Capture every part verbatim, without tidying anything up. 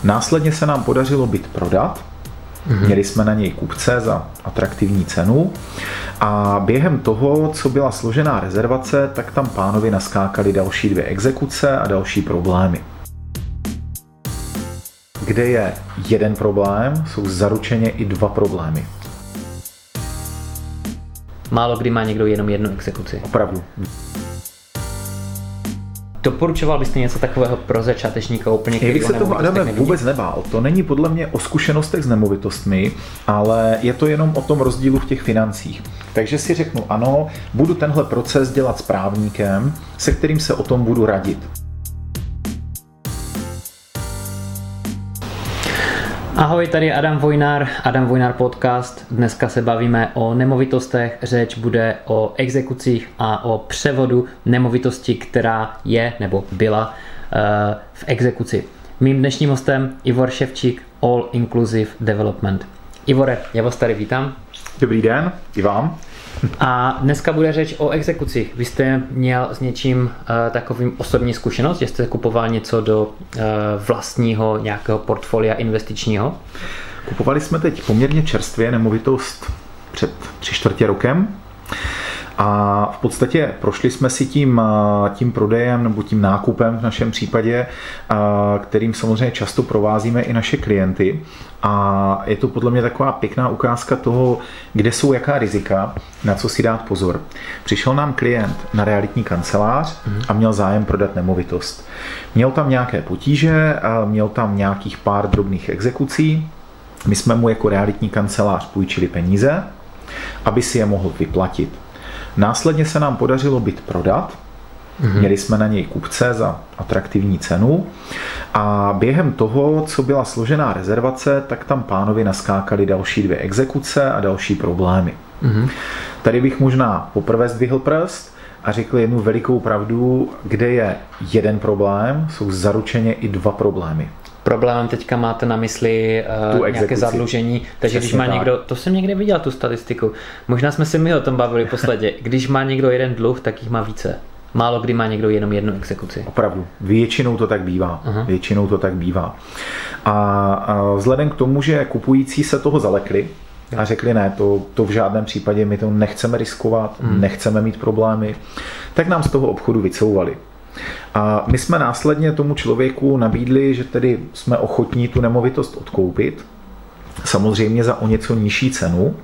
Následně se nám podařilo byt prodat. Mm-hmm. Měli jsme na něj kupce za atraktivní cenu a během toho, co byla složená rezervace, tak tam pánovi naskákaly další dvě exekuce a další problémy. Kde je jeden problém, jsou zaručeně i dva problémy. Málo kdy má někdo jenom jednu exekuci. Opravdu. Doporučoval byste něco takového pro začátečníka úplně? Já bych se toho, Adame, vůbec nebál. To není podle mě o zkušenostech s nemovitostmi, ale je to jenom o tom rozdílu v těch financích. Takže si řeknu, ano, budu tenhle proces dělat s právníkem, se kterým se o tom budu radit. Ahoj, tady je Adam Vojnár, Adam Vojnár podcast. Dneska se bavíme o nemovitostech, řeč bude o exekucích a o převodu nemovitosti, která je nebo byla uh, v exekuci. Mým dnešním hostem Ivor Ševčík, All Inclusive Development. Ivore, já vás tady vítám. Dobrý den, i vám. A dneska bude řeč o exekucích. Vy jste měl s něčím uh, takovým osobní zkušenost, že jste kupoval něco do uh, vlastního nějakého portfolia investičního? Kupovali jsme teď poměrně čerstvě nemovitost před tři čtvrtě rokem a v podstatě prošli jsme si tím, tím prodejem nebo tím nákupem v našem případě, kterým samozřejmě často provázíme i naše klienty. A je to podle mě taková pěkná ukázka toho, kde jsou jaká rizika, na co si dát pozor. Přišel nám klient na realitní kancelář a měl zájem prodat nemovitost. Měl tam nějaké potíže, měl tam nějakých pár drobných exekucí. My jsme mu jako realitní kancelář půjčili peníze, aby si je mohl vyplatit. Následně se nám podařilo byt prodat. Mm-hmm. Měli jsme na něj kupce za atraktivní cenu a během toho, co byla složená rezervace, tak tam pánovi naskákaly další dvě exekuce a další problémy. Mm-hmm. Tady bych možná poprvé zdvihl prst a řekl jednu velikou pravdu, kde je jeden problém, jsou zaručeně i dva problémy. Problémem teďka máte na mysli uh, nějaké zadlužení, takže přesně když má tak. Někdo, to jsem někde viděl tu statistiku, možná jsme si my o tom bavili posledně, když má někdo jeden dluh, tak jich má více. Málo kdy má někdo jenom jednu exekuci. Opravdu. Většinou to tak bývá. Uh-huh. Většinou to tak bývá. A, a vzhledem k tomu, že kupující se toho zalekli a řekli ne, to, to v žádném případě my to nechceme riskovat, uh-huh. nechceme mít problémy, tak nám z toho obchodu vycouvali. A my jsme následně tomu člověku nabídli, že tedy jsme ochotní tu nemovitost odkoupit, samozřejmě za o něco nižší cenu,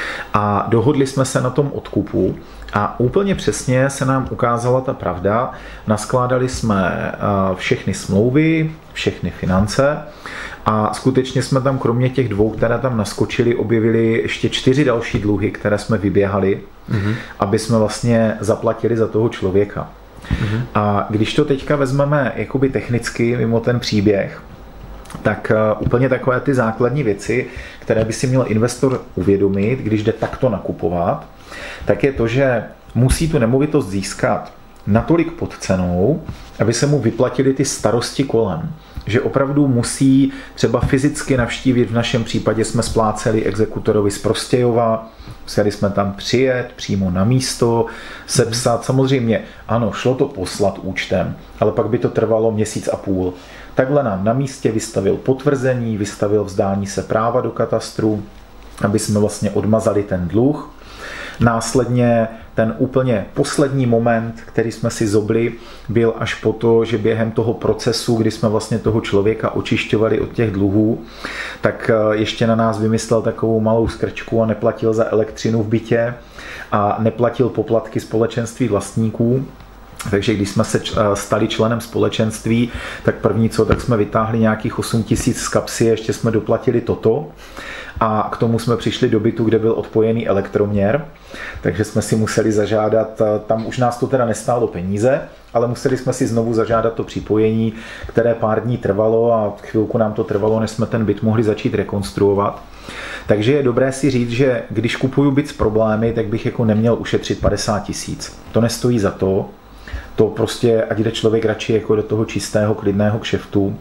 a dohodli jsme se na tom odkupu a úplně přesně se nám ukázala ta pravda. Naskládali jsme všechny smlouvy, všechny finance a skutečně jsme tam kromě těch dvou, které tam naskočily, objevili ještě čtyři další dluhy, které jsme vyběhali, mm-hmm. aby jsme vlastně zaplatili za toho člověka. Mm-hmm. A když to teďka vezmeme jakoby technicky mimo ten příběh, tak úplně takové ty základní věci, které by si měl investor uvědomit, když jde takto nakupovat, tak je to, že musí tu nemovitost získat natolik pod cenou, aby se mu vyplatily ty starosti kolem. Že opravdu musí třeba fyzicky navštívit, v našem případě jsme spláceli exekutorovi z Prostějova, museli jsme tam přijet přímo na místo, sepsat. Samozřejmě, ano, šlo to poslat účtem, ale pak by to trvalo měsíc a půl. Takhle nám na místě vystavil potvrzení, vystavil vzdání se práva do katastru, aby jsme vlastně odmazali ten dluh. Následně ten úplně poslední moment, který jsme si zobli, byl až po to, že během toho procesu, kdy jsme vlastně toho člověka očišťovali od těch dluhů, tak ještě na nás vymyslel takovou malou skrčku a neplatil za elektřinu v bytě a neplatil poplatky společenství vlastníků. Takže když jsme se stali členem společenství, tak první co, tak jsme vytáhli nějakých osm tisíc z kapsy, ještě jsme doplatili toto. A k tomu jsme přišli do bytu, kde byl odpojený elektroměr, takže jsme si museli zažádat, tam už nás to teda nestálo peníze, ale museli jsme si znovu zažádat to připojení, které pár dní trvalo a chvilku nám to trvalo, než jsme ten byt mohli začít rekonstruovat. Takže je dobré si říct, že když kupuju byt s problémy, tak bych jako neměl ušetřit padesát tisíc. To nestojí za to, to prostě, ať jde člověk radši jako do toho čistého, klidného kšeftu,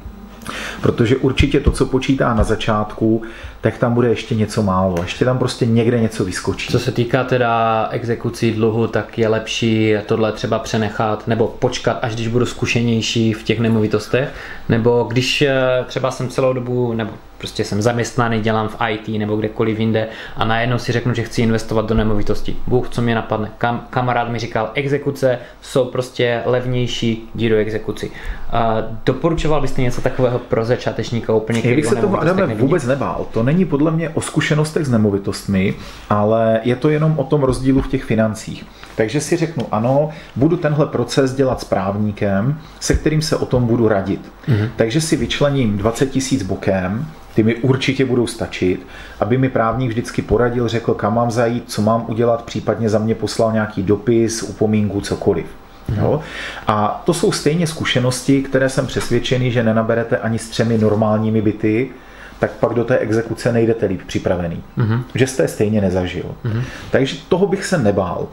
Protože určitě to, co počítá na začátku, tak tam bude ještě něco málo. Ještě tam prostě někde něco vyskočí. Co se týká teda exekucí dluhu, tak je lepší tohle třeba přenechat nebo počkat, až když budu zkušenější v těch nemovitostech, nebo když třeba jsem celou dobu, nebo prostě jsem zaměstnaný, dělám v í té nebo kdekoliv jinde a najednou si řeknu, že chci investovat do nemovitosti. Bůh, co mě napadne. Kam, kamarád mi říkal, exekuce jsou prostě levnější, jdi do exekuci. A doporučoval byste něco takového pro začátečníka úplně? Já bych se toho, Adame, vůbec nebál. To není podle mě o zkušenostech s nemovitostmi, ale je to jenom o tom rozdílu v těch financích. Takže si řeknu, ano, budu tenhle proces dělat s právníkem, se kterým se o tom budu radit. Mm-hmm. Takže si vyčlením dvacet tisíc bokem, ty mi určitě budou stačit, aby mi právník vždycky poradil, řekl, kam mám zajít, co mám udělat, případně za mě poslal nějaký dopis, upomínku, cokoliv. Mm-hmm. Jo? A to jsou stejně zkušenosti, které jsem přesvědčený, že nenaberete ani s třemi normálními byty, tak pak do té exekuce nejdete líp připravený. Mm-hmm. Že jste je stejně nezažil. Mm-hmm. Takže toho bych se nebál.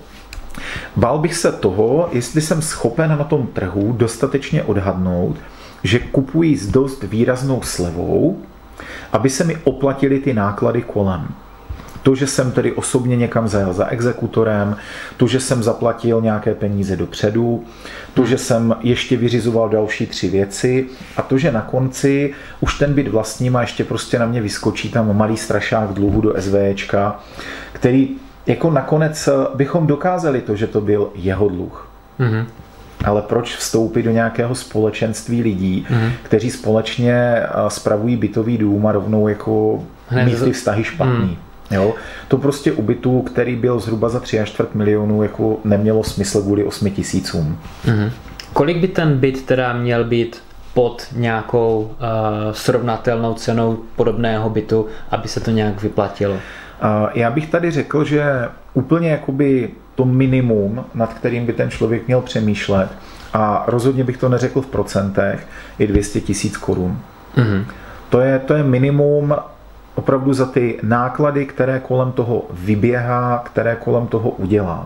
Bál bych se toho, jestli jsem schopen na tom trhu dostatečně odhadnout, že kupují s dost výraznou slevou, aby se mi oplatily ty náklady kolem. To, že jsem tedy osobně někam zajel za exekutorem, to, že jsem zaplatil nějaké peníze dopředu, to, že jsem ještě vyřizoval další tři věci a to, že na konci už ten byt vlastním a ještě prostě na mě vyskočí tam malý strašák dluhu do SVČka, který jako nakonec bychom dokázali to, že to byl jeho dluh. Mm-hmm. Ale proč vstoupit do nějakého společenství lidí, mm-hmm. kteří společně spravují bytový dům a rovnou jako mít ty vztahy špatný. Mm. Jo? To prostě u bytu, který byl zhruba za tři a čtvrt milionu, jako nemělo smysl kvůli osmi tisícům. Mm-hmm. Kolik by ten byt teda měl být pod nějakou uh, srovnatelnou cenou podobného bytu, aby se to nějak vyplatilo? Já bych tady řekl, že úplně jakoby to minimum, nad kterým by ten člověk měl přemýšlet, a rozhodně bych to neřekl v procentech, je dvě stě tisíc korun. Mm-hmm. To je, to je minimum opravdu za ty náklady, které kolem toho vyběhá, které kolem toho udělá.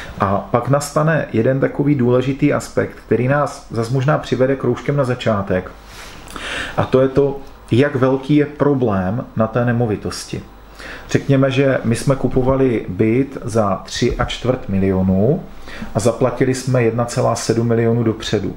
A pak nastane jeden takový důležitý aspekt, který nás zase možná přivede kroužkem na začátek. A to je to, jak velký je problém na té nemovitosti. Řekněme, že my jsme kupovali byt za tři a čtvrt milionu a zaplatili jsme jedna celá sedm milionu dopředu.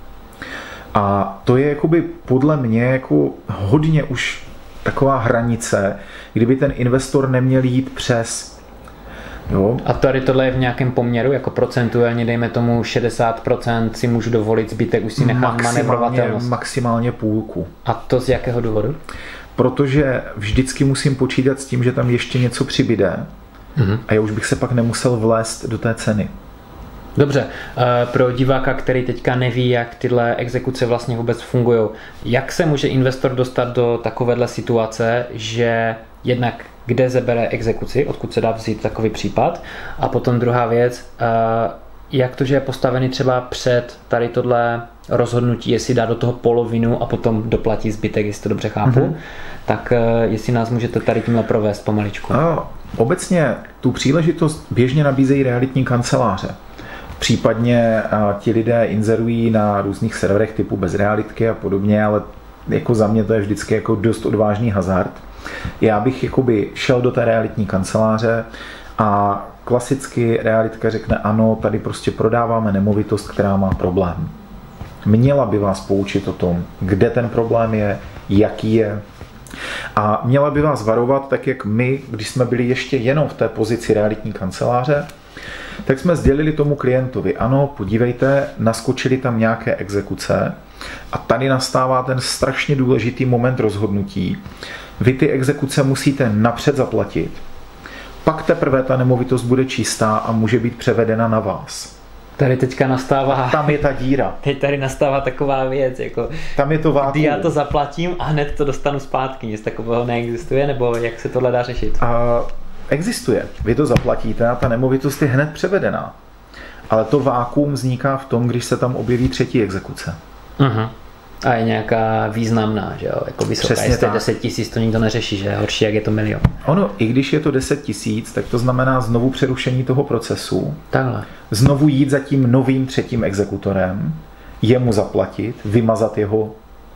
A to je jakoby podle mě jako hodně už taková hranice, kdyby ten investor neměl jít přes. Jo? A tady tohle je v nějakém poměru, jako procentuálně, dejme tomu šedesát procent si můžu dovolit, zbytek už si nechám manévrovatelnost. Maximálně půlku. A to z jakého důvodu? Protože vždycky musím počítat s tím, že tam ještě něco přibyde mm-hmm. a já už bych se pak nemusel vlézt do té ceny. Dobře, pro diváka, který teďka neví, jak tyhle exekuce vlastně vůbec fungují, jak se může investor dostat do takovéhle situace, že jednak kde zabere exekuci, odkud se dá vzít takový případ, a potom druhá věc, jak to, že je postavený třeba před tady tohle rozhodnutí, jestli dá do toho polovinu a potom doplatí zbytek, jestli to dobře chápu, mm-hmm. tak jestli nás můžete tady tímhle provést pomaličku. A obecně tu příležitost běžně nabízejí realitní kanceláře. Případně ti lidé inzerují na různých serverech typu Bezrealitky a podobně, ale jako za mě to je vždycky jako dost odvážný hazard. Já bych jakoby šel do té realitní kanceláře a klasicky realitka řekne ano, tady prostě prodáváme nemovitost, která má problém. Měla by vás poučit o tom, kde ten problém je, jaký je. A měla by vás varovat, tak jak my, když jsme byli ještě jenom v té pozici realitní kanceláře, tak jsme sdělili tomu klientovi, ano, podívejte, naskočili tam nějaké exekuce a tady nastává ten strašně důležitý moment rozhodnutí. Vy ty exekuce musíte napřed zaplatit, pak teprve ta nemovitost bude čistá a může být převedena na vás. Tady teďka nastává... A tam je ta díra. Teď tady nastává taková věc, jako... Tam je to vákuum. Kdy já to zaplatím a hned to dostanu zpátky. Nic takového neexistuje, nebo jak se tohle dá řešit? A existuje. Vy to zaplatíte a ta nemovitost je hned převedená. Ale to vákuum vzniká v tom, když se tam objeví třetí exekuce. Uh-huh. A je nějaká významná, že jo? Jako vysoká. Přesně jestli tak. deset tisíc, to nikdo neřeší, že je horší, jak je to milion. Ono, i když je to deset tisíc, tak to znamená znovu přerušení toho procesu. Takhle. Znovu jít za tím novým třetím exekutorem, jemu zaplatit, vymazat jeho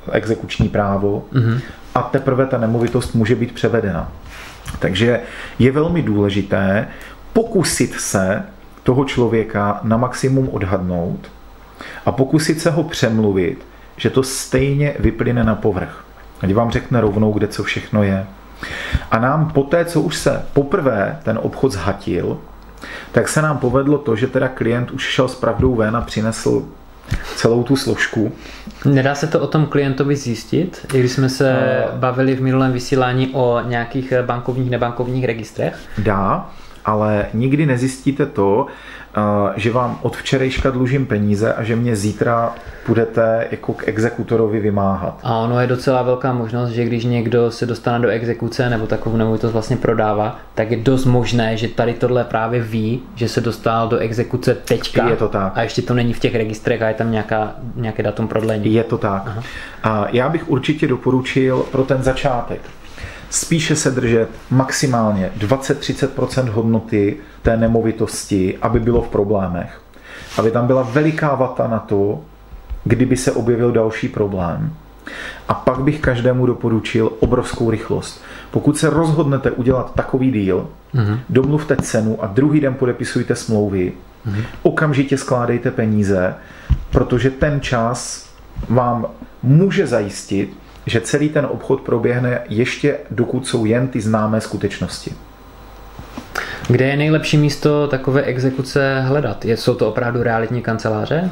exekuční právo mm-hmm. a teprve ta nemovitost může být převedena. Takže je velmi důležité pokusit se toho člověka na maximum odhadnout a pokusit se ho přemluvit, že to stejně vyplyne na povrch. Ať vám řekne rovnou, kde co všechno je. A nám poté, co už se poprvé ten obchod zhatil, tak se nám povedlo to, že teda klient už šel s pravdou ven a přinesl celou tu složku. Nedá se to o tom klientovi zjistit, i když jsme se uh, bavili v minulém vysílání o nějakých bankovních, nebankovních registrech? Dá, ale nikdy nezjistíte to, že vám od včerejška dlužím peníze a že mě zítra budete jako k exekutorovi vymáhat. A ono je docela velká možnost, že když někdo se dostane do exekuce nebo takovou nemovitost vlastně prodává, tak je dost možné, že tady tohle právě ví, že se dostal do exekuce teďka. Je to tak. A ještě to není v těch registrech a je tam nějaká, nějaké datum prodlení. Je to tak. Aha. A já bych určitě doporučil pro ten začátek spíše se držet maximálně dvacet až třicet procent hodnoty té nemovitosti, aby bylo v problémech. Aby tam byla veliká vata na to, kdyby se objevil další problém. A pak bych každému doporučil obrovskou rychlost. Pokud se rozhodnete udělat takový deal, mm-hmm. domluvte cenu a druhý den podepisujte smlouvy, mm-hmm. okamžitě skládejte peníze, protože ten čas vám může zajistit, že celý ten obchod proběhne ještě dokud jsou jen ty známé skutečnosti. Kde je nejlepší místo takové exekuce hledat? Jsou to opravdu realitní kanceláře?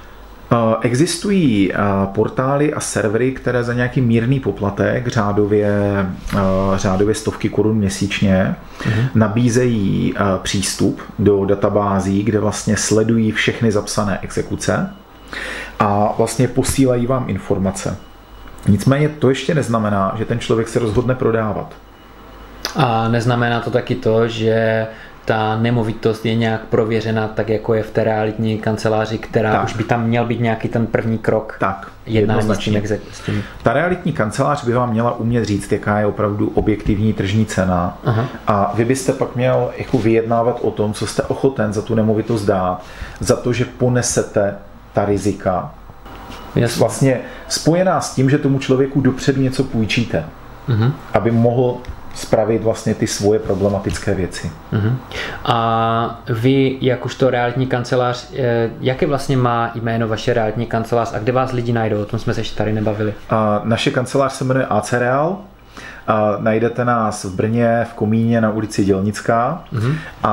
Existují portály a servery, které za nějaký mírný poplatek, řádově, řádově stovky korun měsíčně, mhm. nabízejí přístup do databází, kde vlastně sledují všechny zapsané exekuce a vlastně posílají vám informace. Nicméně to ještě neznamená, že ten člověk se rozhodne prodávat. A neznamená to taky to, že ta nemovitost je nějak prověřena tak, jako je v té realitní kanceláři, která tak. už by tam měl být nějaký ten první krok tak, jednání s tím, s tím. Ta realitní kancelář by vám měla umět říct, jaká je opravdu objektivní tržní cena. Aha. A vy byste pak měl jako vyjednávat o tom, co jste ochoten za tu nemovitost dát, za to, že ponesete ta rizika. Jasně. Vlastně spojená s tím, že tomu člověku dopředu něco půjčíte, uh-huh. aby mohl spravit vlastně ty svoje problematické věci. Uh-huh. A vy, jakožto realitní kancelář, jaké vlastně má jméno vaše realitní kancelář a kde vás lidi najdou? O tom jsme se ještě tady nebavili. A naše kancelář se jmenuje A C Real. A najdete nás v Brně, v Komíně na ulici Dělnická mm-hmm. a,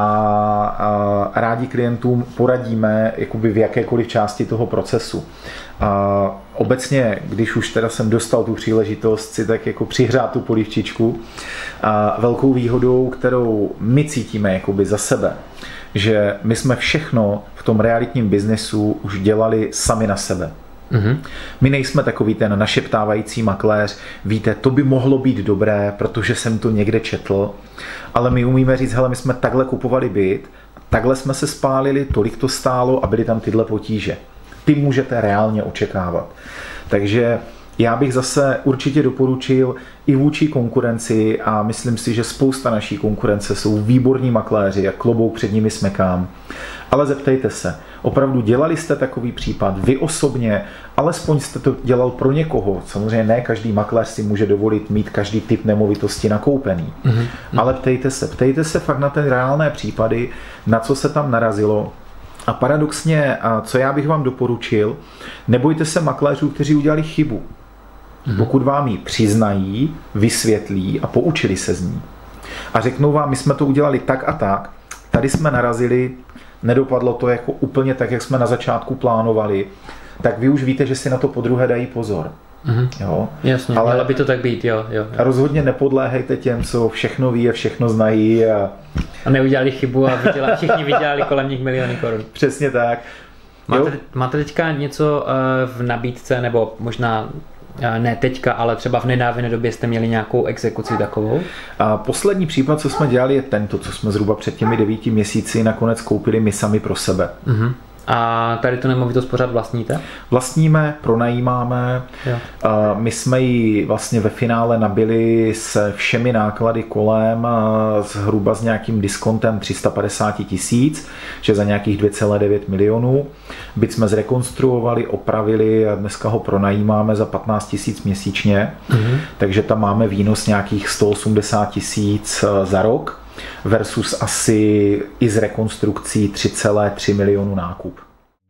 a rádi klientům poradíme jakoby v jakékoliv části toho procesu. A obecně, když už teda jsem dostal tu příležitost si tak jako přihřát tu polivčičku, a velkou výhodou, kterou my cítíme jakoby za sebe, že my jsme všechno v tom realitním biznesu už dělali sami na sebe. Mm-hmm. My nejsme takový ten našeptávající makléř, víte, to by mohlo být dobré, protože jsem to někde četl, ale my umíme říct, hele, my jsme takhle kupovali byt, takhle jsme se spálili, tolik to stálo a byly tam tyhle potíže. Ty můžete reálně očekávat. Takže já bych zase určitě doporučil i vůči konkurenci a myslím si, že spousta naší konkurence jsou výborní makléři a klobouk před nimi smekám. Ale zeptejte se, opravdu dělali jste takový případ, vy osobně, alespoň jste to dělal pro někoho. Samozřejmě ne každý makléř si může dovolit mít každý typ nemovitosti nakoupený. Mm-hmm. Ale ptejte se, ptejte se fakt na ty reálné případy, na co se tam narazilo. A paradoxně, co já bych vám doporučil, nebojte se makléřů, kteří udělali chybu. Mm-hmm. Pokud vám ji přiznají, vysvětlí a poučili se z ní. A řeknou vám, my jsme to udělali tak a tak, tady jsme narazili, nedopadlo to jako úplně tak, jak jsme na začátku plánovali, tak vy už víte, že si na to podruhé dají pozor. Mm-hmm. Jo? Jasně, ale mělo by to tak být, jo, jo, jo. Rozhodně nepodléhejte těm, co všechno ví a všechno znají. A, a neudělali chybu a vydělali, všichni vydělali kolem nich miliony korun. Přesně tak. Máte, máte teďka něco v nabídce, nebo možná ne teďka, ale třeba v nedávné době jste měli nějakou exekuci takovou? A poslední případ, co jsme dělali, je tento, co jsme zhruba před těmi devíti měsíci nakonec koupili my sami pro sebe. Mm-hmm. A tady tu nemovitost pořád vlastníte? Vlastníme, pronajímáme. Jo. My jsme ji vlastně ve finále nabili se všemi náklady kolem zhruba s nějakým diskontem tři sta padesát tisíc, že za nějakých dvě celá devět milionů. Byt jsme zrekonstruovali, opravili a dneska ho pronajímáme za patnáct tisíc měsíčně, mhm. takže tam máme výnos nějakých sto osmdesát tisíc za rok. Versus asi i z rekonstrukcí tři celá tři milionu nákup.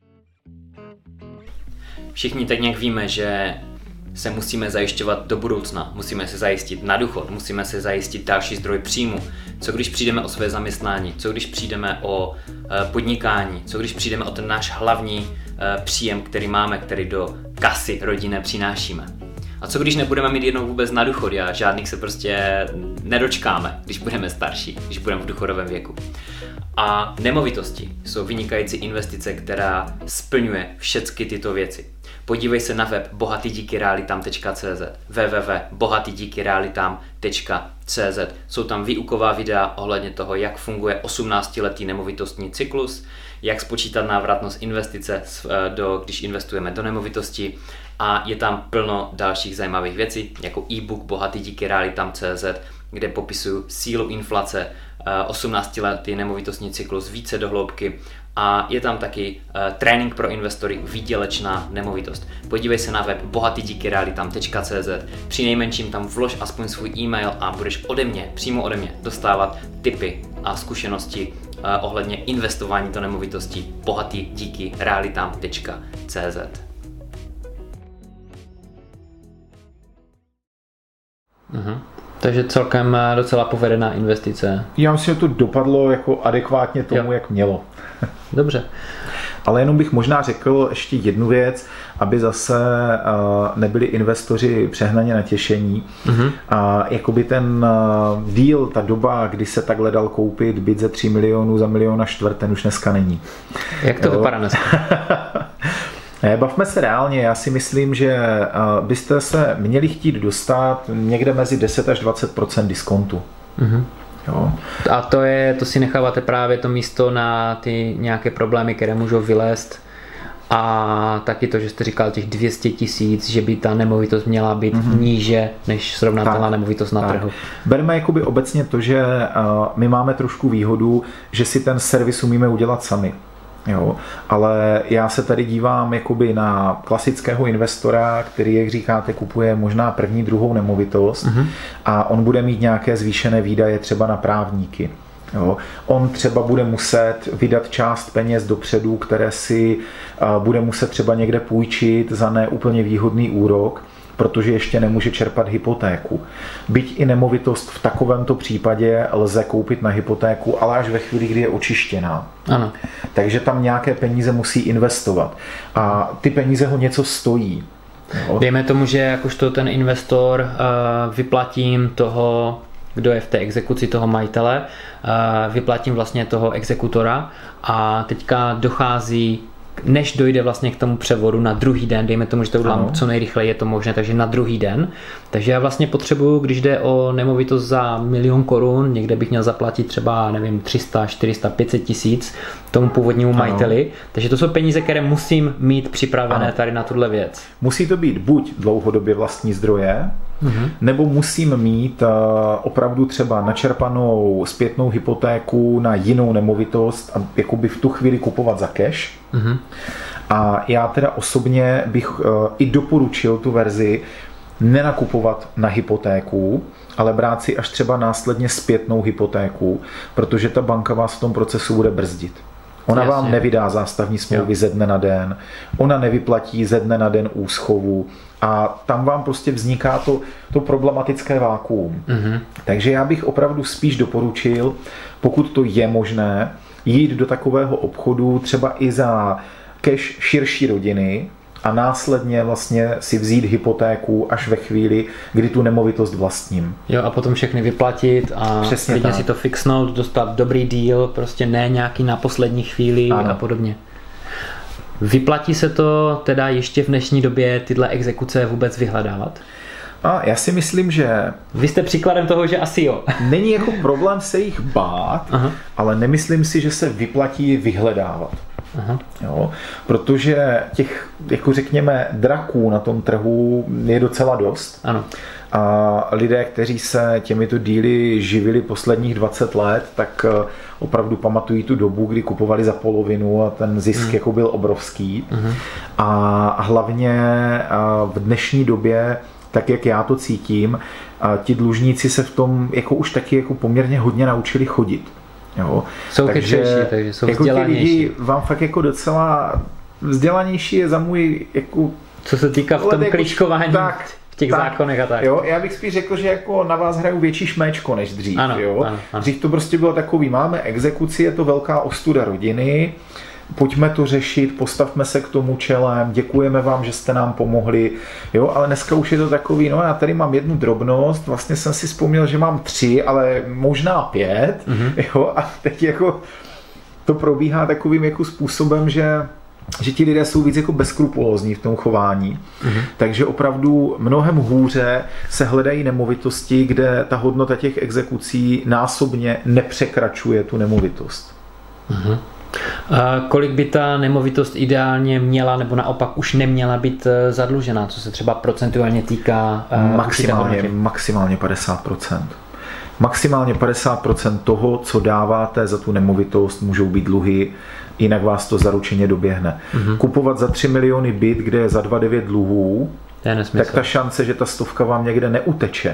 Všichni tak nějak víme, že se musíme zajišťovat do budoucna, musíme se zajistit na důchod, musíme se zajistit další zdroj příjmu. Co když přijdeme o své zaměstnání, co když přijdeme o podnikání, co když přijdeme o ten náš hlavní příjem, který máme, který do kasy rodinné přinášíme. A co když nebudeme mít jednou vůbec na důchod a žádných se prostě nedočkáme, když budeme starší, když budeme v důchodovém věku. A nemovitosti jsou vynikající investice, která splňuje všechny tyto věci. Podívej se na web bohatydíkyrealitam tečka cé zet, w w w tečka bohatydíkyrealitam tečka cé zet. Jsou tam výuková videa ohledně toho, jak funguje osmnáctiletý nemovitostní cyklus, jak spočítat návratnost investice, do, když investujeme do nemovitosti, a je tam plno dalších zajímavých věcí, jako e-book bohatydíkyrealitam tečka cé zet, kde popisuju sílu inflace, osmnáctiletý nemovitostní cyklus více do hloubky, a je tam taky uh, trénink pro investory výdělečná nemovitost. Podívej se na web bohatydíkyrealitam tečka cé zet, při nejmenším tam vlož aspoň svůj e-mail a budeš ode mě, přímo ode mě, dostávat tipy a zkušenosti uh, ohledně investování do nemovitostí. bohatydíkyrealitam tečka cé zet. Mhm. Takže celkem docela povedená investice. Já myslím, že to dopadlo jako adekvátně tomu, jo. jak mělo. Dobře. Ale jenom bych možná řekl ještě jednu věc, aby zase nebyli investoři přehnaně natěšení. Uh-huh. A jakoby ten deal, ta doba, kdy se takhle dal koupit byt ze tří milionů za milion a čtvrt, ten už dneska není. Jak to jo? vypadá dneska? Ne, bavme se reálně, já si myslím, že byste se měli chtít dostat někde mezi deset až dvacet procent diskontu. Uh-huh. Jo. A to je, to si necháváte právě to místo na ty nějaké problémy, které můžou vylézt, a taky to, že jste říkal těch dvě stě tisíc, že by ta nemovitost měla být mm-hmm. níže než srovnatelná nemovitost na tak. trhu. Berme jakoby obecně to, že my máme trošku výhodu, že si ten servis umíme udělat sami. Jo, ale já se tady dívám jakoby na klasického investora, který, jak říkáte, kupuje možná první, druhou nemovitost, mm-hmm. a on bude mít nějaké zvýšené výdaje třeba na právníky. Jo. On třeba bude muset vydat část peněz dopředu, které si uh, bude muset třeba někde půjčit za neúplně výhodný úrok, protože ještě nemůže čerpat hypotéku. Byť i nemovitost v takovémto případě lze koupit na hypotéku, ale až ve chvíli, kdy je očištěná. Ano. Takže tam nějaké peníze musí investovat. A ty peníze ho něco stojí. Jo. Dejme tomu, že jakožto ten investor uh, vyplatím toho, kdo je v té exekuci, toho majitele, uh, vyplatím vlastně toho exekutora, a teďka dochází, než dojde vlastně k tomu převodu na druhý den, dejme tomu, že to udělám co nejrychleji je to možné, takže na druhý den. Takže já vlastně potřebuju, když jde o nemovitost za milion korun, někde bych měl zaplatit třeba, nevím, tři sta, čtyři sta, pět set tisíc tomu původnímu ano. majiteli. Takže to jsou peníze, které musím mít připravené ano. tady na tuhle věc. Musí to být buď dlouhodobě vlastní zdroje, uhum. nebo musím mít uh, opravdu třeba načerpanou zpětnou hypotéku na jinou nemovitost a jakoby v tu chvíli kupovat za cash. Uhum. A já teda osobně bych uh, i doporučil tu verzi nenakupovat na hypotéku, ale brát si až třeba následně zpětnou hypotéku, protože ta banka vás v tom procesu bude brzdit. Ona Jasně. vám nevydá zástavní smlouvy jo. ze dne na den, ona nevyplatí ze dne na den úschovu a tam vám prostě vzniká to, to problematické vákuum. Mm-hmm. Takže já bych opravdu spíš doporučil, pokud to je možné, jít do takového obchodu třeba i za cash širší rodiny a následně vlastně si vzít hypotéku až ve chvíli, kdy tu nemovitost vlastním. Jo, a potom všechny vyplatit a klidně si to fixnout, dostat dobrý deal, prostě ne nějaký na poslední chvíli ano. a podobně. Vyplatí se to teda ještě v dnešní době tyhle exekuce vůbec vyhledávat? A já si myslím, že... Vy jste příkladem toho, že asi jo. Není jako problém se jich bát, Aha. ale nemyslím si, že se vyplatí vyhledávat. Aha. Jo? Protože těch, jako řekněme, draků na tom trhu je docela dost. Ano. A lidé, kteří se těmito díly živili posledních dvacet let, tak opravdu pamatují tu dobu, kdy kupovali za polovinu a ten zisk mm. jako byl obrovský. Mm. A hlavně v dnešní době, tak jak já to cítím, ti dlužníci se v tom jako už taky jako poměrně hodně naučili chodit. Jo? Jsou takže, chytřejší, takže jsou jako vzdělanější. Ti lidi vám fakt jako docela vzdělanější je za můj jako... Co se týká v tom kličkování. Tak, v těch tak, zákonech a tak. Jo, já bych spíš řekl, že jako na vás hrajou větší šméčko než dřív. Ano, jo? Ano, ano. Dřív to prostě bylo takový, máme exekuci, je to velká ostuda rodiny, pojďme to řešit, postavme se k tomu čelem, děkujeme vám, že jste nám pomohli, jo, ale dneska už je to takový, no já tady mám jednu drobnost, vlastně jsem si vzpomněl, že mám tři, ale možná pět, mm-hmm. jo, a teď jako to probíhá takovým jako způsobem, že že ti lidé jsou víc jako bezskrupulózní v tom chování. Mm-hmm. Takže opravdu mnohem hůře se hledají nemovitosti, kde ta hodnota těch exekucí násobně nepřekračuje tu nemovitost. Mm-hmm. A kolik by ta nemovitost ideálně měla nebo naopak už neměla být zadlužená, co se třeba procentuálně týká? Maximálně, maximálně padesát procent. Maximálně padesát procent toho, co dáváte za tu nemovitost, můžou být dluhy, jinak vás to zaručeně doběhne. Mm-hmm. Kupovat za tři miliony byt, kde je za dva devět dluhů, tak ta šance, že ta stovka vám někde neuteče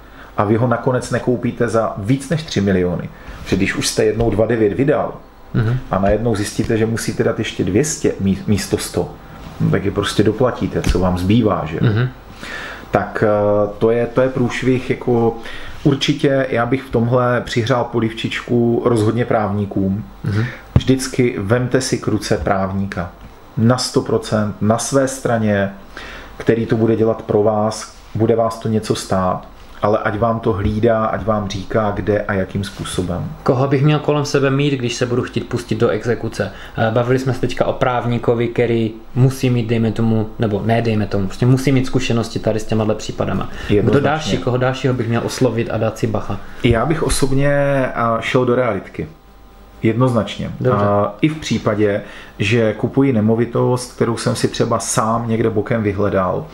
a vy ho nakonec nekoupíte za víc než tři miliony. Protože když už jste jednou dva devět vydal mm-hmm. a najednou zjistíte, že musíte dát ještě dvě stě místo sto, no, tak je prostě doplatíte, co vám zbývá. Že? Mm-hmm. Tak to je, to je průšvih jako... Určitě já bych v tomhle přihrál polivčičku rozhodně právníkům. Mm-hmm. Vždycky vemte si k ruce právníka. Na sto procent, na své straně, který to bude dělat pro vás, bude vás to něco stát, ale ať vám to hlídá, ať vám říká, kde a jakým způsobem. Koho bych měl kolem sebe mít, když se budu chtít pustit do exekuce? Bavili jsme se teďka o právníkovi, který musí mít, dejme tomu, nebo ne dejme tomu, prostě musí mít zkušenosti tady s těma těma. Kdo další, koho dalšího bych měl oslovit a dát si bacha? Já bych osobně šel do realitky. Jednoznačně. A i v případě, že kupuji nemovitost, kterou jsem si třeba sám někde bokem vyhledal.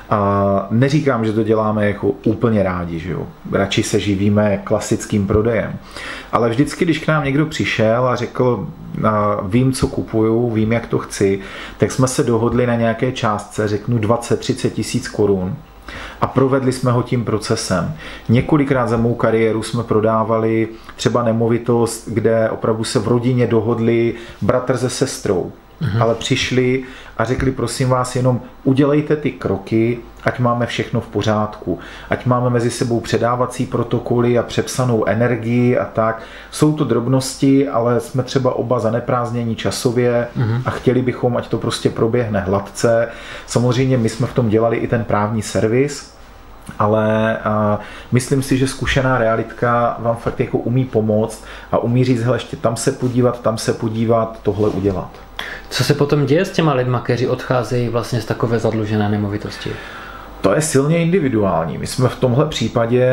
A neříkám, že to děláme jako úplně rádi, že jo? Radši se živíme klasickým prodejem. Ale vždycky, když k nám někdo přišel a řekl, vím, co kupuju, vím, jak to chci, tak jsme se dohodli na nějaké částce, řeknu dvacet třicet tisíc korun. A provedli jsme ho tím procesem. Několikrát za mou kariéru jsme prodávali třeba nemovitost, kde opravdu se v rodině dohodli bratr se sestrou. Uhum. Ale přišli a řekli, prosím vás, jenom udělejte ty kroky, ať máme všechno v pořádku. Ať máme mezi sebou předávací protokoly a přepsanou energii a tak. Jsou to drobnosti, ale jsme třeba oba zaneprázdnění časově uhum. A chtěli bychom, ať to prostě proběhne hladce. Samozřejmě my jsme v tom dělali i ten právní servis, ale a, myslím si, že zkušená realitka vám fakt jako umí pomoct a umí říct, hele, ještě tam se podívat, tam se podívat, tohle udělat. Co se potom děje s těma lidma, kteří odcházejí vlastně z takové zadlužené nemovitosti? To je silně individuální. My jsme v tomhle případě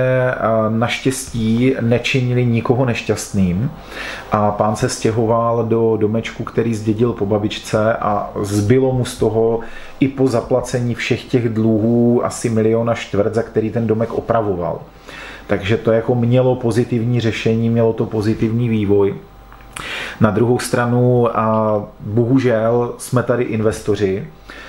naštěstí nečinili nikoho nešťastným a pán se stěhoval do domečku, který zdědil po babičce a zbylo mu z toho i po zaplacení všech těch dluhů asi miliona čtvrt, za který ten domek opravoval. Takže to jako mělo pozitivní řešení, mělo to pozitivní vývoj. Na druhou stranu, a bohužel, jsme tady investoři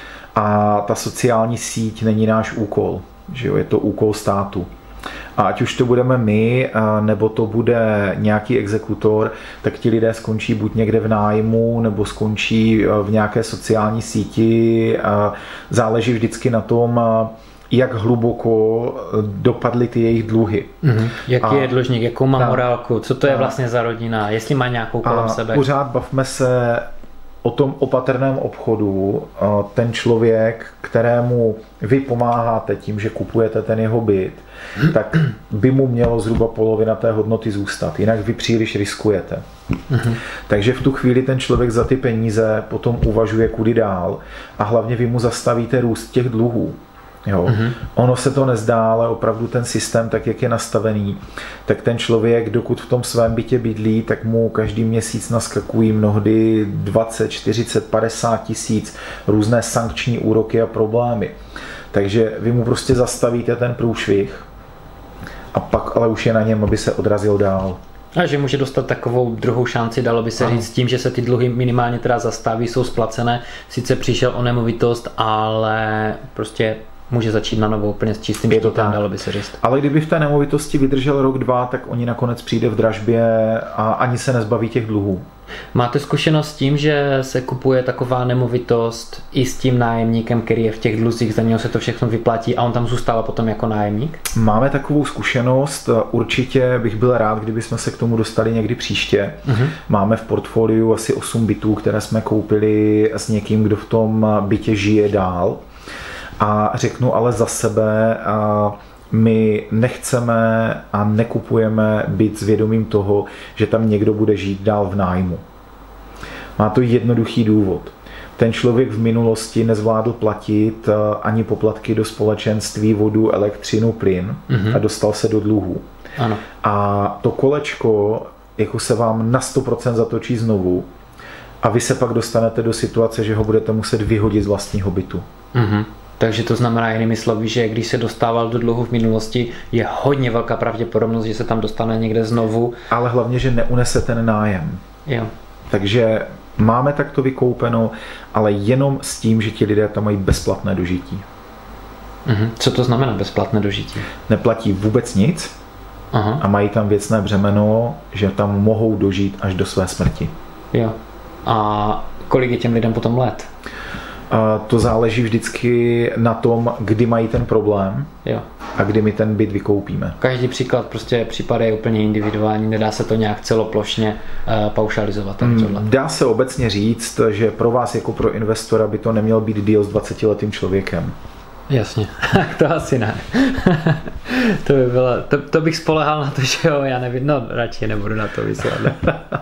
a ta sociální síť není náš úkol, že jo? Je to úkol státu. A ať už to budeme my, nebo to bude nějaký exekutor, tak ti lidé skončí buď někde v nájmu, nebo skončí v nějaké sociální síti. Záleží vždycky na tom, jak hluboko dopadly ty jejich dluhy. Mm-hmm. Jaký a, je dlužník, jakou má morálku, co to je vlastně za rodina, jestli má nějakou kolem sebe. Pořád bavme se o tom opatrném obchodu. Ten člověk, kterému vy pomáháte tím, že kupujete ten jeho byt, tak by mu mělo zhruba polovina té hodnoty zůstat, jinak vy příliš riskujete. Mm-hmm. Takže v tu chvíli ten člověk za ty peníze potom uvažuje kudy dál a hlavně vy mu zastavíte růst těch dluhů. Jo. Mm-hmm. Ono se to nezdá, ale opravdu ten systém, tak jak je nastavený, tak ten člověk, dokud v tom svém bytě bydlí, tak mu každý měsíc naskakují mnohdy dvacet, čtyřicet, padesát tisíc různé sankční úroky a problémy. Takže vy mu prostě zastavíte ten průšvih a pak ale už je na něm, aby se odrazil dál. A že může dostat takovou druhou šanci, dalo by se ano. říct, tím, že se ty dluhy minimálně teda zastaví, jsou splacené, sice přišel o nemovitost, ale prostě může začít na novo úplně s čistým štítem, dalo by se říct. Ale kdyby v té nemovitosti vydržel rok, dva, tak oni nakonec přijde v dražbě a ani se nezbaví těch dluhů. Máte zkušenost s tím, že se kupuje taková nemovitost i s tím nájemníkem, který je v těch dluzích, za něho se to všechno vyplatí a on tam zůstává potom jako nájemník? Máme takovou zkušenost, určitě bych byl rád, kdyby jsme se k tomu dostali někdy příště. Uh-huh. Máme v portfoliu asi osm bytů, které jsme koupili s někým, kdo v tom bytě žije dál. A řeknu ale za sebe, a my nechceme a nekupujeme byt s vědomím toho, že tam někdo bude žít dál v nájmu. Má to jednoduchý důvod. Ten člověk v minulosti nezvládl platit ani poplatky do společenství, vodu, elektřinu, plyn mm-hmm. a dostal se do dluhů. Ano. A to kolečko jako se vám na sto procent zatočí znovu a vy se pak dostanete do situace, že ho budete muset vyhodit z vlastního bytu. Mm-hmm. Takže to znamená jinými slovy, že když se dostával do dluhu v minulosti, je hodně velká pravděpodobnost, že se tam dostane někde znovu. Ale hlavně, že neunese ten nájem. Jo. Takže máme takto vykoupeno, ale jenom s tím, že ti lidé tam mají bezplatné dožití. Mhm. Co to znamená bezplatné dožití? Neplatí vůbec nic. Aha. A mají tam věcné břemeno, že tam mohou dožít až do své smrti. Jo. A kolik je těm lidem potom let? A to záleží vždycky na tom, kdy mají ten problém jo. a kdy my ten byt vykoupíme. Každý příklad prostě případ je úplně individuální, nedá se to nějak celoplošně uh, paušalizovat. Mm, dá se obecně říct, že pro vás jako pro investora by to neměl být deal s dvacetiletým člověkem. Jasně, to asi ne. to, by bylo, to, to bych spolehal na to, že jo, já nevím, no radši nebudu na to vysvětlit.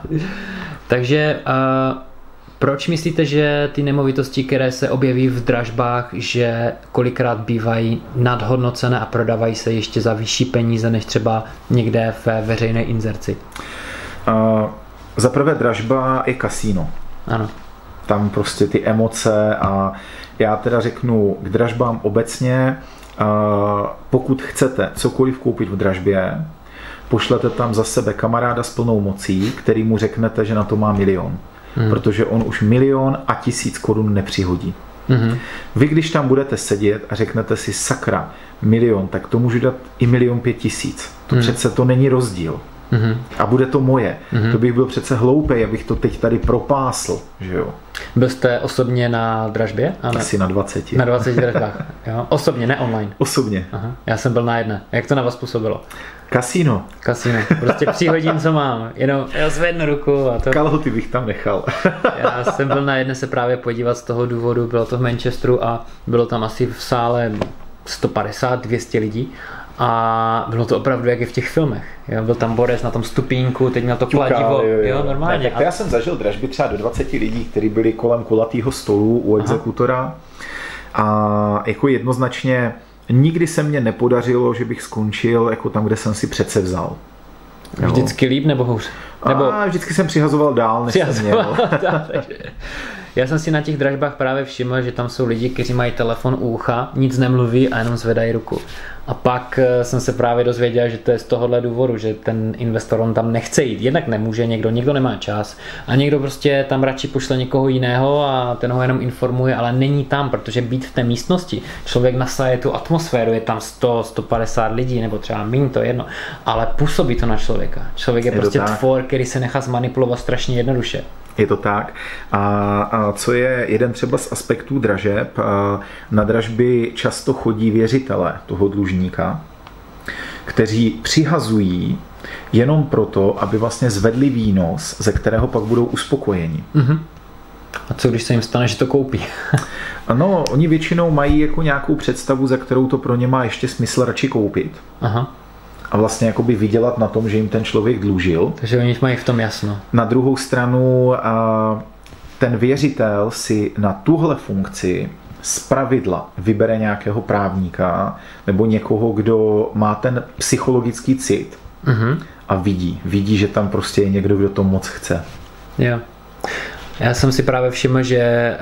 Takže uh, proč myslíte, že ty nemovitosti, které se objeví v dražbách, že kolikrát bývají nadhodnocené a prodávají se ještě za vyšší peníze než třeba někde ve veřejné inzerci? Uh, za prvé dražba je kasíno. Ano. Tam prostě ty emoce a já teda řeknu k dražbám obecně, uh, pokud chcete cokoliv koupit v dražbě, pošlete tam za sebe kamaráda s plnou mocí, který mu řeknete, že na to má milion. Hmm. Protože on už milion a tisíc korun nepřihodí. Hmm. Vy, když tam budete sedět a řeknete si sakra, milion, tak to můžu dát i milion pět tisíc. To hmm. přece to není rozdíl. Hmm. A bude to moje. Hmm. To bych byl přece hloupej, abych to teď tady propásl. Že jo? Byl jste osobně na dražbě? Ano. Asi na dvaceti. Na dvaceti dražbách. Jo? Osobně, ne online? Osobně. Aha. Já jsem byl na jedné. Jak to na vás působilo? Kasíno. Kasíno. Prostě přihodím, co mám. Jenom já zvednu ruku a to... Kalhoty bych tam nechal. Já jsem byl na jedné se právě podívat z toho důvodu, bylo to v Manchesteru a bylo tam asi v sále sto padesát dvě stě lidí a bylo to opravdu jak je v těch filmech. Jo? Byl tam borec na tom stupínku, teď měl to kladivo. Jo, jo. jo, normálně. Ne, tak já jsem zažil dražby třeba do dvaceti lidí, kteří byli kolem kulatého stolu u exekutora. Aha. A jako jednoznačně nikdy se mně nepodařilo, že bych skončil jako tam, kde jsem si přece vzal. Jo. Vždycky líp nebo hůř? Nebo... A vždycky jsem přihazoval dál, než jsem měl. Já jsem si na těch dražbách právě všiml, že tam jsou lidi, kteří mají telefon u ucha, nic nemluví a jenom zvedají ruku. A pak jsem se právě dozvěděl, že to je z tohohle důvodu, že ten investor on tam nechce jít. Jednak nemůže někdo, někdo nemá čas a někdo prostě tam radši pošle někoho jiného a ten ho jenom informuje, ale není tam, protože být v té místnosti, člověk nasaje tu atmosféru, je tam sto, sto padesát lidí nebo třeba míň, to jedno, ale působí to na člověka. Člověk je, je prostě tvor, který se nechá zmanipulovat strašně jednoduše. Je to tak. A, a co je jeden třeba z aspektů dražeb, na dražby často chodí věřitelé toho dlužníka, kteří přihazují jenom proto, aby vlastně zvedli výnos, ze kterého pak budou uspokojeni. Mm-hmm. A co když se jim stane, že to koupí? No, oni většinou mají jako nějakou představu, za kterou to pro ně má ještě smysl radši koupit. Aha. A vlastně jakoby vydělat na tom, že jim ten člověk dlužil. Takže oni mají v tom jasno. Na druhou stranu ten věřitel si na tuhle funkci zpravidla vybere nějakého právníka nebo někoho, kdo má ten psychologický cit mm-hmm. a vidí. Vidí, že tam prostě je někdo, kdo to moc chce. Jo. Já jsem si právě všiml, že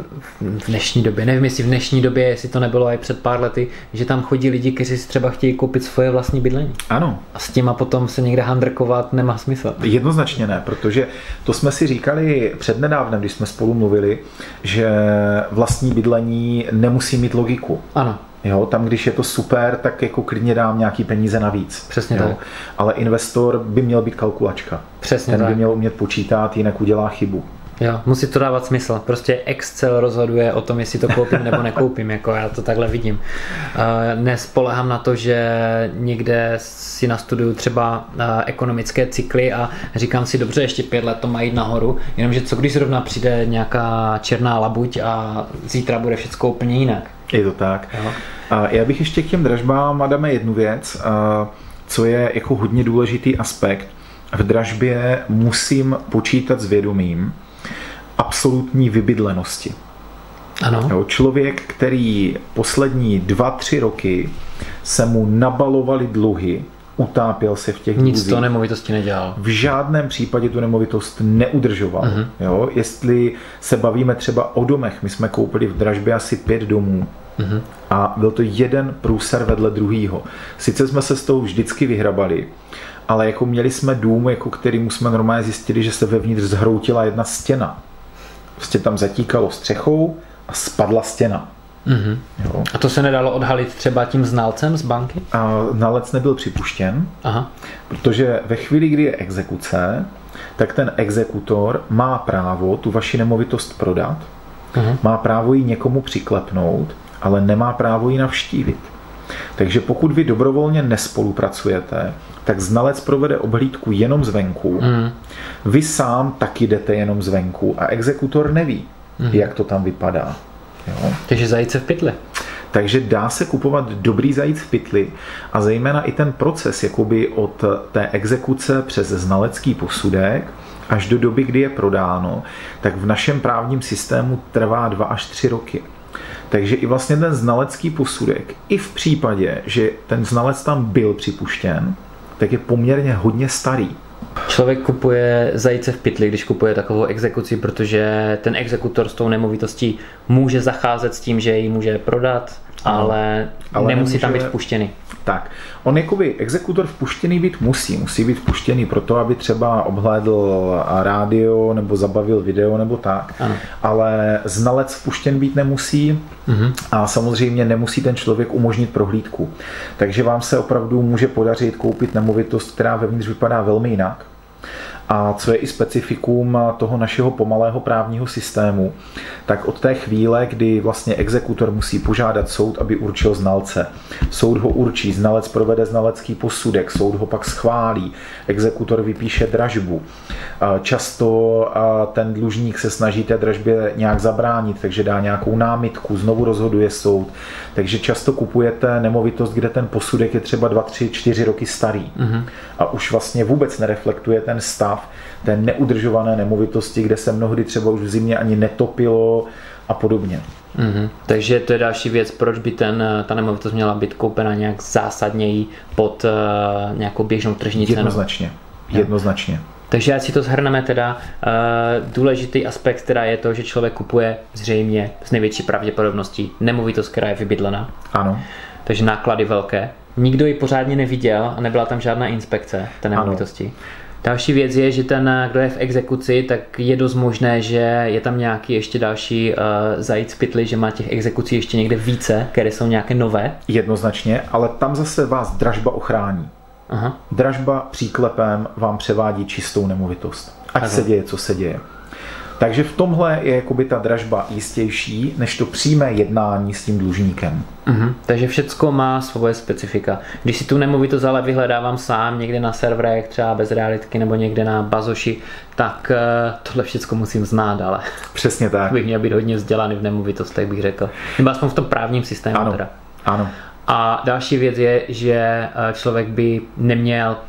v dnešní době, nevím jestli v dnešní době, jestli to nebylo i před pár lety, že tam chodí lidi, kteří si třeba chtějí koupit svoje vlastní bydlení. Ano. A s těma potom se někde handrkovat nemá smysl. Jednoznačně ne, protože to jsme si říkali přednedávnem, když jsme spolu mluvili, že vlastní bydlení nemusí mít logiku. Ano. Jo, tam, když je to super, tak jako klidně dám nějaký peníze navíc. Přesně jo. tak. Ale investor by měl být kalkulačka. Přesně Ten tak. by měl umět počítat, jinak udělá chybu. Jo, musí to dávat smysl. Prostě Excel rozhoduje o tom, jestli to koupím nebo nekoupím, jako já to takhle vidím. Nespolehám na to, že někde si nastuduju třeba ekonomické cykly a říkám si, dobře, ještě pět let to má jít nahoru, jenomže co když zrovna přijde nějaká černá labuť a zítra bude všechno úplně jinak. Je to tak. Jo. Já bych ještě k těm dražbám, Adame, jednu věc, co je jako hodně důležitý aspekt. V dražbě musím počítat s vědomím absolutní vybydlenosti. Ano. Jo, člověk, který poslední dva, tři roky se mu nabalovaly dluhy, utápěl se v těch Nic dluzích. to nemovitosti nedělal. V žádném případě tu nemovitost neudržoval. Uh-huh. Jo? Jestli se bavíme třeba o domech, my jsme koupili v dražbě asi pět domů uh-huh. a byl to jeden průser vedle druhýho. Sice jsme se s tou vždycky vyhrabali, ale jako měli jsme dům, jako kterýmu jsme normálně zjistili, že se vevnitř zhroutila jedna stěna. Prostě tam zatíkalo střechou a spadla stěna. Mm-hmm. Jo. A to se nedalo odhalit třeba tím znalcem z banky? A znalec nebyl připuštěn, Aha. protože ve chvíli, kdy je exekuce, tak ten exekutor má právo tu vaši nemovitost prodat, uh-huh. má právo ji někomu přiklepnout, ale nemá právo ji navštívit. Takže pokud vy dobrovolně nespolupracujete, tak znalec provede obhlídku jenom zvenku, mm. vy sám taky jdete jenom zvenku a exekutor neví, mm. jak to tam vypadá. Jo? Takže zajíce v pytli. Takže dá se kupovat dobrý zajíc v pytli a zejména i ten proces jakoby od té exekuce přes znalecký posudek až do doby, kdy je prodáno, tak v našem právním systému trvá dva až tři roky. Takže i vlastně ten znalecký posudek, i v případě, že ten znalec tam byl připuštěn, tak je poměrně hodně starý. Člověk kupuje zajíce v pytli, když kupuje takovou exekuci, protože ten exekutor s tou nemovitostí může zacházet s tím, že ji může prodat, ale, ale nemusí nemůže... tam být vpuštěný. Tak, on jakoby exekutor vpuštěný být musí, musí být vpuštěný proto, aby třeba obhlédl rádio nebo zabavil video nebo tak, ano. ale znalec vpuštěn být nemusí uh-huh. a samozřejmě nemusí ten člověk umožnit prohlídku. Takže vám se opravdu může podařit koupit nemovitost, která vevnitř vypadá velmi jinak. A co je i specifikum toho našeho pomalého právního systému, tak od té chvíle, kdy vlastně exekutor musí požádat soud, aby určil znalce. Soud ho určí, znalec provede znalecký posudek, soud ho pak schválí, exekutor vypíše dražbu. Často ten dlužník se snaží té dražbě nějak zabránit, takže dá nějakou námitku, znovu rozhoduje soud. Takže často kupujete nemovitost, kde ten posudek je třeba dva, tři, čtyři roky starý. Mm-hmm. A už vlastně vůbec nereflektuje ten stav té neudržované nemovitosti, kde se mnohdy třeba už v zimě ani netopilo a podobně. Mm-hmm. Takže to je další věc, proč by ten, ta nemovitost měla být koupena nějak zásadněji pod uh, nějakou běžnou tržní cenu. Jednoznačně. Jednoznačně. Takže ať si to shrneme teda, uh, důležitý aspekt teda je to, že člověk kupuje zřejmě s největší pravděpodobností nemovitost, která je vybydlená. Ano. Takže náklady velké. Nikdo ji pořádně neviděl a nebyla tam žádná inspekce té nemovitosti. Ano. Další věc je, že ten, kdo je v exekuci, tak je dost možné, že je tam nějaký ještě další uh, zajíc v pytli, že má těch exekucí ještě někde více, které jsou nějaké nové. Jednoznačně, ale tam zase vás dražba ochrání. Aha. Dražba příklepem vám převádí čistou nemovitost. Ať Aha. se děje, co se děje. Takže v tomhle je jakoby ta dražba jistější, než to přímé jednání s tím dlužníkem. Uh-huh. Takže všecko má svoje specifika. Když si tu nemovitost ale vyhledávám sám někde na serverech, třeba bez realitky nebo někde na bazoši, tak uh, tohle všecko musím znát, ale přesně tak. Bych měl být hodně vzdělaný v nemovitostech, bych řekl. Nebo aspoň v tom právním systému. Ano. Teda. Ano. A další věc je, že člověk by neměl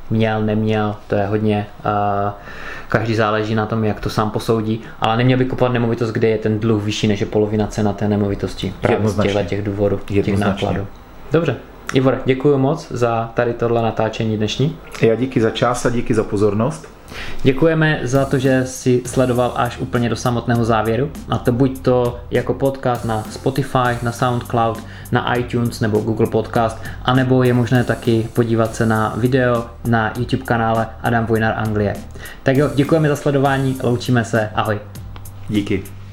měl, neměl, to je hodně, uh, každý záleží na tom, jak to sám posoudí, ale neměl by kupovat nemovitost, kde je ten dluh vyšší než je polovina cena té nemovitosti. Právě z těchto těch důvodů, těch nákladů. Dobře. Ivor, děkuji moc za tady tohle natáčení dnešní. Já díky za čas a díky za pozornost. Děkujeme za to, že jsi sledoval až úplně do samotného závěru. A to buď to jako podcast na Spotify, na SoundCloud, na iTunes nebo Google Podcast, anebo je možné taky podívat se na video na YouTube kanále Adam Vojnar Anglie. Tak jo, děkujeme za sledování, loučíme se, ahoj. Díky.